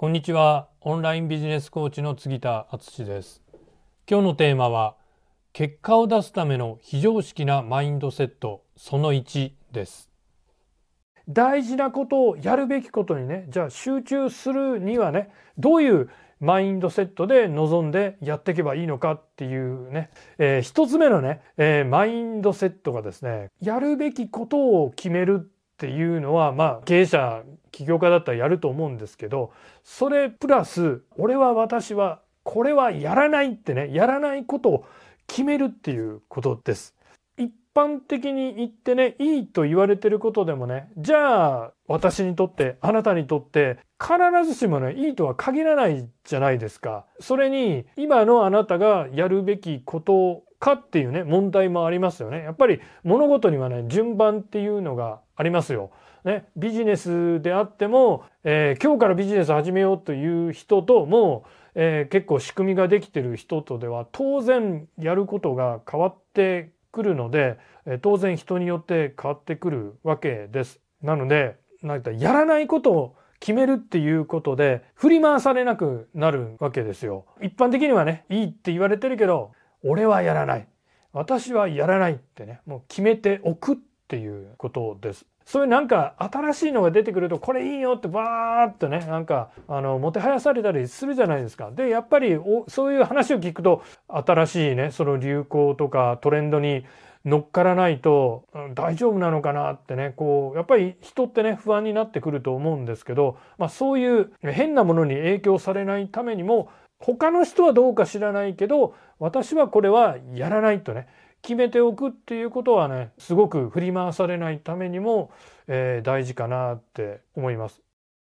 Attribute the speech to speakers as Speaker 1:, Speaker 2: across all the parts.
Speaker 1: こんにちは。オンラインビジネスコーチの杉田敦です。今日のテーマは結果を出すための非常識なマインドセットその1です。大事なことをやるべきことにね、じゃあ集中するにはね、どういうマインドセットで臨んでやっていけばいいのかっていうね、一つ目のね、マインドセットがですね、やるべきことを決めるっていうのは経営者起業家だったらやると思うんですけど、それプラス私はこれはやらないってね、やらないことを決めるっていうことです。一般的に言ってね、いいと言われてることでもね、じゃあ私にとってあなたにとって必ずしもね、いいとは限らないじゃないですか。それに今のあなたがやるべきことかっていうね、問題もありますよね。やっぱり物事にはね、順番っていうのがありますよ。ね、ビジネスであっても、今日からビジネス始めようという人ともう、結構仕組みができてる人とでは当然やることが変わってくるので、当然人によって変わってくるわけです。なので、やらないことを決めるっていうことで振り回されなくなるわけですよ。一般的にはね、いいって言われてるけど、俺はやらない。私はやらないってね、もう決めておくっていうことです。そういう新しいのが出てくるとこれいいよってバーっとねもてはやされたりするじゃないですか。でやっぱりそういう話を聞くと新しいねその流行とかトレンドに乗っからないと大丈夫なのかなってねやっぱり人ってね不安になってくると思うんですけど、そういう変なものに影響されないためにも他の人はどうか知らないけど私はこれはやらないとね決めておくっていうことはねすごく振り回されないためにも、大事かなって思います。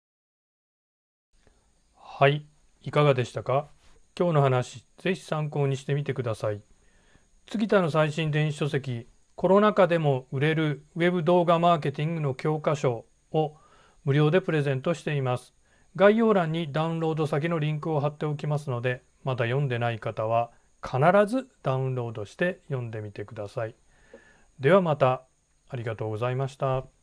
Speaker 1: はい、いかがでしたか？今日の話ぜひ参考にしてみてください。杉田の最新電子書籍コロナ禍でも売れるウェブ動画マーケティングの教科書を無料でプレゼントしています。概要欄にダウンロード先のリンクを貼っておきますので、まだ読んでない方は必ずダウンロードして読んでみてください。ではまた。ありがとうございました。